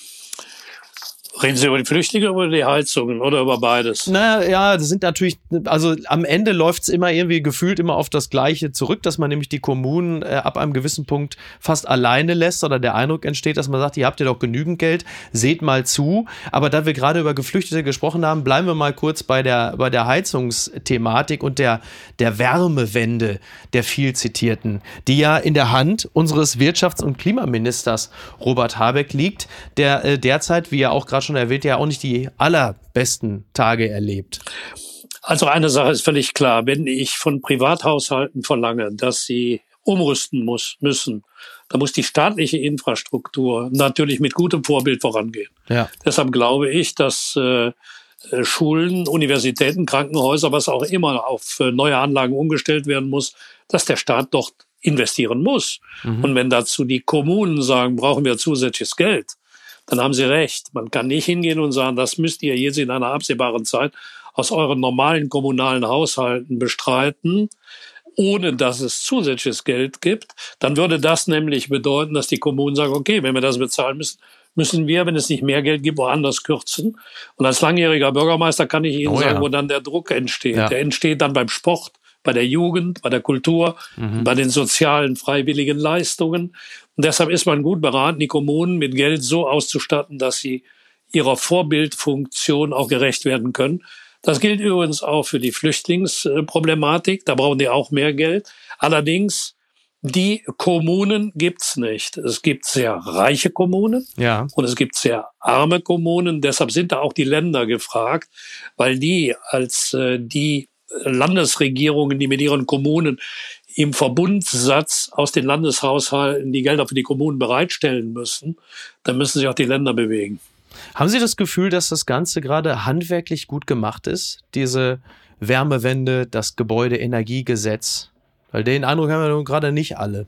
C: Reden Sie über die Flüchtlinge oder über die Heizungen oder über beides?
A: Naja, ja, das sind natürlich, also am Ende läuft es immer irgendwie gefühlt immer auf das Gleiche zurück, dass man nämlich die Kommunen äh, ab einem gewissen Punkt fast alleine lässt oder der Eindruck entsteht, dass man sagt, ihr habt ja doch genügend Geld, seht mal zu. Aber da wir gerade über Geflüchtete gesprochen haben, bleiben wir mal kurz bei der, bei der Heizungsthematik und der, der Wärmewende, der viel zitierten, die ja in der Hand unseres Wirtschafts- und Klimaministers Robert Habeck liegt, der äh, derzeit, wie er auch gerade schon erwähnt, ja auch nicht die allerbesten Tage erlebt.
C: Also eine Sache ist völlig klar, wenn ich von Privathaushalten verlange, dass sie umrüsten muss, müssen, dann muss die staatliche Infrastruktur natürlich mit gutem Vorbild vorangehen.
A: Ja.
C: Deshalb glaube ich, dass äh, Schulen, Universitäten, Krankenhäuser, was auch immer auf äh, neue Anlagen umgestellt werden muss, dass der Staat dort investieren muss. Mhm. Und wenn dazu die Kommunen sagen, brauchen wir zusätzliches Geld, dann haben Sie recht. Man kann nicht hingehen und sagen, das müsst ihr jetzt in einer absehbaren Zeit aus euren normalen kommunalen Haushalten bestreiten, ohne dass es zusätzliches Geld gibt. Dann würde das nämlich bedeuten, dass die Kommunen sagen, okay, wenn wir das bezahlen müssen, müssen wir, wenn es nicht mehr Geld gibt, woanders kürzen. Und als langjähriger Bürgermeister kann ich Ihnen oh, sagen, ja. wo dann der Druck entsteht. Ja. Der entsteht dann beim Sport, bei der Jugend, bei der Kultur, mhm. bei den sozialen, freiwilligen Leistungen. Und deshalb ist man gut beraten, die Kommunen mit Geld so auszustatten, dass sie ihrer Vorbildfunktion auch gerecht werden können. Das gilt übrigens auch für die Flüchtlingsproblematik. Da brauchen die auch mehr Geld. Allerdings, die Kommunen gibt's nicht. Es gibt sehr reiche Kommunen
A: ja.
C: und es gibt sehr arme Kommunen. Deshalb sind da auch die Länder gefragt, weil die als äh, die Landesregierungen, die mit ihren Kommunen im Verbundsatz aus den Landeshaushalten die Gelder für die Kommunen bereitstellen müssen, dann müssen sich auch die Länder bewegen.
A: Haben Sie das Gefühl, dass das Ganze gerade handwerklich gut gemacht ist? Diese Wärmewende, das Gebäudeenergiegesetz? Weil den Eindruck haben wir nun gerade nicht alle.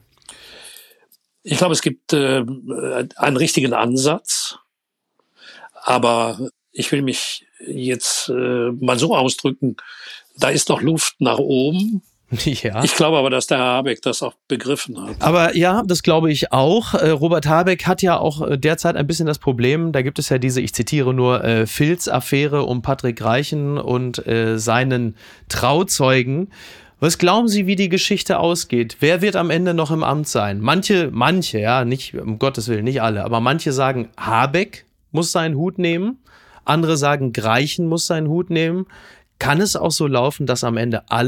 C: Ich glaube, es gibt äh, einen richtigen Ansatz, aber ich will mich jetzt äh, mal so ausdrücken, da ist noch Luft nach oben.
A: Ja.
C: Ich glaube aber, dass der Herr Habeck das auch begriffen hat.
A: Aber ja, das glaube ich auch. Äh, Robert Habeck hat ja auch äh, derzeit ein bisschen das Problem, da gibt es ja diese, ich zitiere nur, äh, Filz-Affäre um Patrick Greichen und äh, seinen Trauzeugen. Was glauben Sie, wie die Geschichte ausgeht? Wer wird am Ende noch im Amt sein? Manche, manche, ja, nicht, um Gottes Willen, nicht alle, aber manche sagen, Habeck muss seinen Hut nehmen. Andere sagen, Greichen muss seinen Hut nehmen. Kann es auch so laufen, dass am Ende alle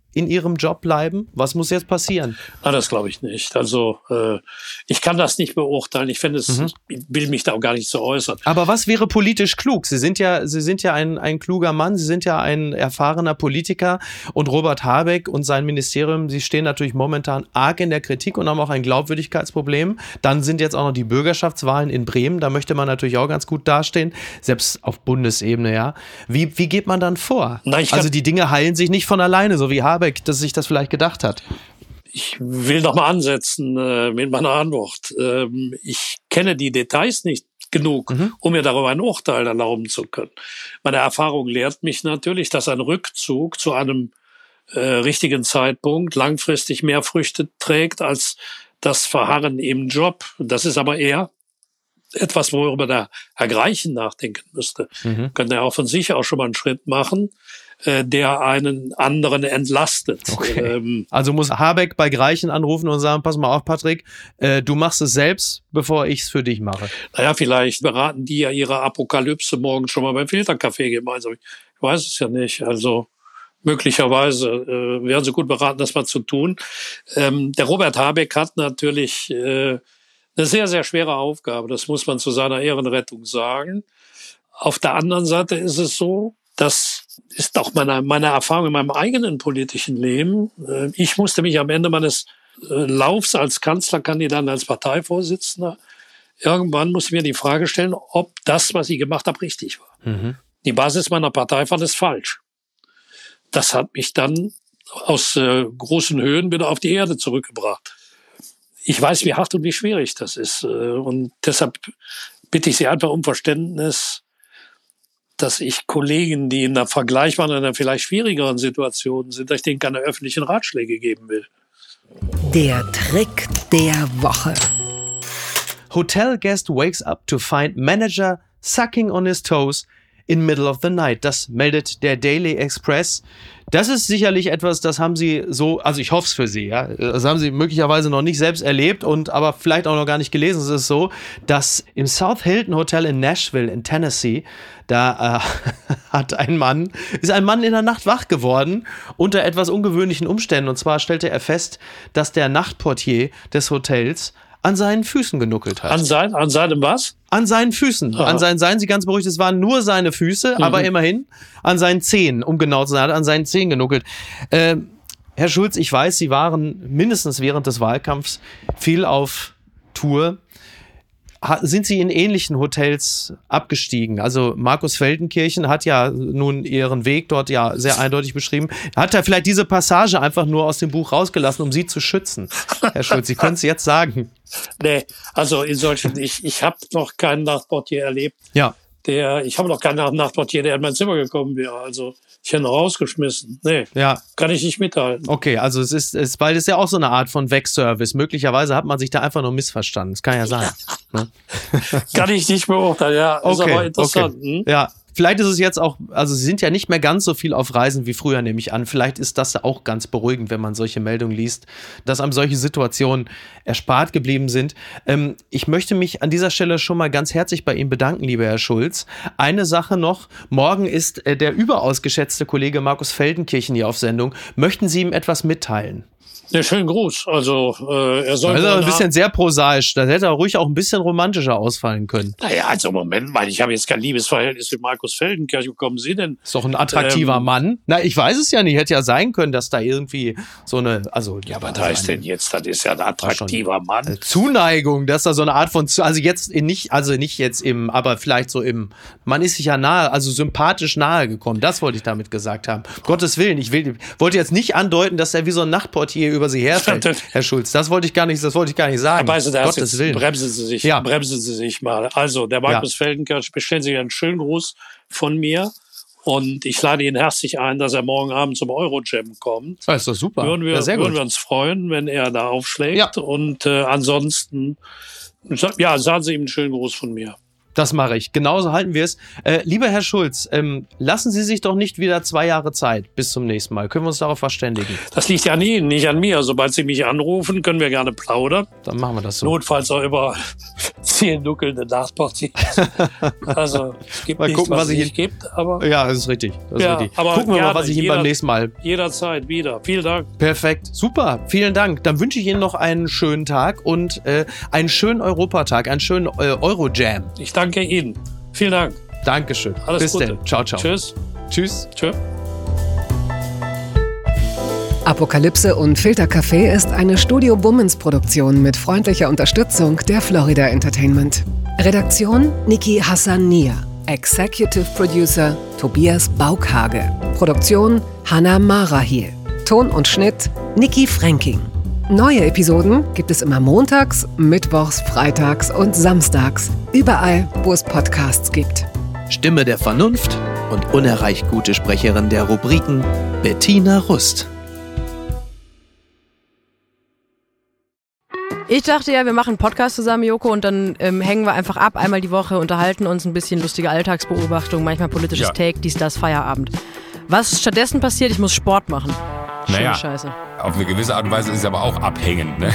A: in ihrem Job bleiben? Was muss jetzt passieren?
C: Ah, das glaube ich nicht. Also äh, ich kann das nicht beurteilen. Ich finde es, mhm. ich will mich da auch gar nicht so äußern.
A: Aber was wäre politisch klug? Sie sind ja, Sie sind ja ein, ein kluger Mann, Sie sind ja ein erfahrener Politiker und Robert Habeck und sein Ministerium, sie stehen natürlich momentan arg in der Kritik und haben auch ein Glaubwürdigkeitsproblem. Dann sind jetzt auch noch die Bürgerschaftswahlen in Bremen, da möchte man natürlich auch ganz gut dastehen, selbst auf Bundesebene, ja. Wie, wie geht man dann vor?
C: Na, ich
A: also die Dinge heilen sich nicht von alleine, so wie Habeck dass sich das vielleicht gedacht hat.
C: Ich will noch mal ansetzen äh, mit meiner Antwort. Ähm, ich kenne die Details nicht genug, mhm. um mir darüber ein Urteil erlauben zu können. Meine Erfahrung lehrt mich natürlich, dass ein Rückzug zu einem äh, richtigen Zeitpunkt langfristig mehr Früchte trägt als das Verharren im Job. Das ist aber eher etwas, worüber der Herr Greichen nachdenken müsste. Mhm. Könnte er auch von sich auch schon mal einen Schritt machen, der einen anderen entlastet.
A: Okay. Ähm, also muss Habeck bei Greichen anrufen und sagen, pass mal auf, Patrick, äh, du machst es selbst, bevor ich es für dich mache.
C: Naja, vielleicht beraten die ja ihre Apokalypse morgen schon mal beim Filterkaffee gemeinsam. Ich weiß es ja nicht. Also möglicherweise äh, wären sie gut beraten, das mal zu tun. Ähm, der Robert Habeck hat natürlich äh, eine sehr, sehr schwere Aufgabe. Das muss man zu seiner Ehrenrettung sagen. Auf der anderen Seite ist es so, das ist auch meine, meine Erfahrung in meinem eigenen politischen Leben. Ich musste mich am Ende meines Laufs als Kanzlerkandidat, als Parteivorsitzender, irgendwann musste ich mir die Frage stellen, ob das, was ich gemacht habe, richtig war. Mhm. Die Basis meiner Partei fand es falsch. Das hat mich dann aus äh, großen Höhen wieder auf die Erde zurückgebracht. Ich weiß, wie hart und wie schwierig das ist. Und deshalb bitte ich Sie einfach um Verständnis, dass ich Kollegen, die in einer vergleichbaren, in einer vielleicht schwierigeren Situation sind, dass ich denen keine öffentlichen Ratschläge geben will.
B: Der Trick der Woche.
A: Hotel guest wakes up to find manager sucking on his toes in middle of the night. Das meldet der Daily Express. Das ist sicherlich etwas, das haben Sie so, also ich hoffe es für Sie, ja, das haben Sie möglicherweise noch nicht selbst erlebt und aber vielleicht auch noch gar nicht gelesen. Es ist so, dass im South Hilton Hotel in Nashville in Tennessee, da äh, hat ein Mann, ist ein Mann in der Nacht wach geworden unter etwas ungewöhnlichen Umständen. Und zwar stellte er fest, dass der Nachtportier des Hotels an seinen Füßen genuckelt hat.
C: An, sein, an seinem was?
A: An seinen Füßen. Aha. An seinen, seien Sie ganz beruhigt, es waren nur seine Füße, mhm. aber immerhin an seinen Zehen, um genau zu sein, hat an seinen Zehen genuckelt. Äh, Herr Schulz, ich weiß, Sie waren mindestens während des Wahlkampfs viel auf Tour. Sind Sie in ähnlichen Hotels abgestiegen? Also Markus Feldenkirchen hat ja nun Ihren Weg dort ja sehr eindeutig beschrieben. Hat er vielleicht diese Passage einfach nur aus dem Buch rausgelassen, um Sie zu schützen? Herr Schulz, Sie können es jetzt sagen.
C: Nee, also in solchen, ich, ich habe noch keinen Nachtportier erlebt.
A: Ja.
C: Der, ich habe noch keinen Nachtportier, der in mein Zimmer gekommen wäre. Also ich hätte ihn rausgeschmissen. Nee,
A: ja.
C: Kann ich nicht mithalten.
A: Okay, also es ist, es, weil es ist ja auch so eine Art von Wegservice. Möglicherweise hat man sich da einfach nur missverstanden. Das kann ja sein. Ne?
C: Kann ich nicht beurteilen, ja. Ist
A: okay,
C: aber interessant.
A: Okay.
C: Hm?
A: Ja. Vielleicht ist es jetzt auch, also Sie sind ja nicht mehr ganz so viel auf Reisen wie früher, nehme ich an. Vielleicht ist das auch ganz beruhigend, wenn man solche Meldungen liest, dass einem solche Situationen erspart geblieben sind. Ähm, ich möchte mich an dieser Stelle schon mal ganz herzlich bei Ihnen bedanken, lieber Herr Schulz. Eine Sache noch, morgen ist äh, der überaus geschätzte Kollege Markus Feldenkirchen hier auf Sendung. Möchten Sie ihm etwas mitteilen?
C: Ja, schönen Gruß. Also, äh, er soll.
A: Also ein bisschen sehr prosaisch. Das hätte er ruhig auch ein bisschen romantischer ausfallen können.
C: Naja, also Moment mal, ich habe jetzt kein Liebesverhältnis mit Markus Feldenkirchen. Wo kommen Sie denn?
A: Ist doch ein attraktiver ähm, Mann. Na, ich weiß es ja nicht. Hätte ja sein können, dass da irgendwie so eine, also.
C: Ja, was also heißt denn jetzt? Das ist ja ein attraktiver Mann.
A: Also Zuneigung, dass da so eine Art von, also jetzt in nicht, also nicht jetzt im, aber vielleicht so im, man ist sich ja nahe, also sympathisch nahe gekommen. Das wollte ich damit gesagt haben. Um Gottes Willen, ich will, wollte jetzt nicht andeuten, dass er wie so ein Nachtportier über sie herfällt, Herr Schulz. Das wollte ich gar nicht, das wollte ich gar nicht sagen.
C: Aber also, das
A: Gottes Willen.
C: Bremsen Sie sich,
A: ja. bremsen
C: Sie sich mal. Also, der Markus ja. Feldenkirchen, bestellen Sie einen schönen Gruß von mir. Und ich lade ihn herzlich ein, dass er morgen Abend zum Eurojam kommt.
A: Das ist doch super.
C: Würden wir,
A: ja, sehr
C: würden
A: gut.
C: wir uns freuen, wenn er da aufschlägt.
A: Ja.
C: Und äh, ansonsten, ja, sagen Sie ihm einen schönen Gruß von mir.
A: Das mache ich. Genauso halten wir es. Äh, lieber Herr Schulz, ähm, lassen Sie sich doch nicht wieder zwei Jahre Zeit. Bis zum nächsten Mal. Können wir uns darauf verständigen?
C: Das liegt ja an Ihnen, nicht an mir. Sobald Sie mich anrufen, können wir gerne plaudern.
A: Dann machen wir das so.
C: Notfalls auch über zehn duckelnde Nachpartien. Also, es gibt
A: mal
C: nichts,
A: gucken,
C: was
A: was
C: es
A: ich
C: nicht gibt. Aber
A: ja, das ist richtig. Das
C: ja,
A: ist richtig.
C: aber
A: Gucken wir
C: gerne,
A: mal, was ich Ihnen
C: jeder,
A: beim nächsten Mal...
C: Jederzeit wieder. Vielen Dank.
A: Perfekt. Super. Vielen Dank. Dann wünsche ich Ihnen noch einen schönen Tag und äh, einen schönen Europatag, einen schönen äh, Eurojam.
C: Ich danke Ihnen. Vielen Dank.
A: Dankeschön.
C: Alles
A: Bis
C: Gute.
A: dann. Ciao, ciao.
C: Tschüss.
A: Tschüss.
C: Tschüss.
B: Apokalypse und Filtercafé ist eine Studio Bummens Produktion mit freundlicher Unterstützung der Florida Entertainment. Redaktion Niki Hassania. Executive Producer Tobias Baukhage. Produktion Hannah Marahiel. Ton und Schnitt Niki Fränking. Neue Episoden gibt es immer montags, mittwochs, freitags und samstags. Überall, wo es Podcasts gibt.
E: Stimme der Vernunft und unerreicht gute Sprecherin der Rubriken Bettina Rust.
D: Ich dachte ja, wir machen einen Podcast zusammen, Joko, und dann ähm, hängen wir einfach ab, einmal die Woche, unterhalten uns ein bisschen lustige Alltagsbeobachtung, manchmal politisches
F: Ja.
D: Take, dies, das, Feierabend. Was stattdessen passiert, ich muss Sport machen. Schöne
F: Naja.
D: Scheiße.
F: Auf eine gewisse Art und Weise ist es aber auch abhängend, ne?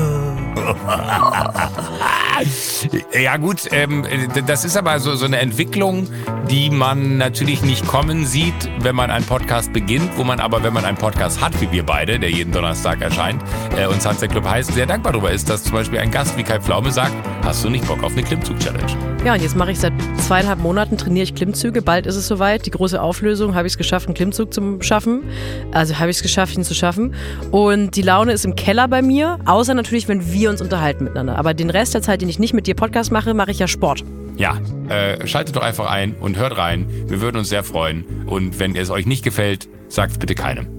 F: Ja gut, ähm, das ist aber so, so eine Entwicklung, die man natürlich nicht kommen sieht, wenn man einen Podcast beginnt, wo man aber, wenn man einen Podcast hat, wie wir beide, der jeden Donnerstag erscheint, äh, und Sunset Club heißt, sehr dankbar darüber ist, dass zum Beispiel ein Gast wie Kai Pflaume sagt, hast du nicht Bock auf eine Klimmzug-Challenge?
D: Ja, und jetzt mache ich seit zweieinhalb Monaten, trainiere ich Klimmzüge. Bald ist es soweit. Die große Auflösung, habe ich es geschafft, einen Klimmzug zu schaffen. Also habe ich es geschafft, ihn zu schaffen. Und die Laune ist im Keller bei mir, außer natürlich, wenn wir uns unterhalten miteinander. Aber den Rest der Zeit, den ich nicht mit dir Podcast mache, mache ich ja Sport.
F: Ja, äh, schaltet doch einfach ein und hört rein. Wir würden uns sehr freuen. Und wenn es euch nicht gefällt, sagt es bitte keinem.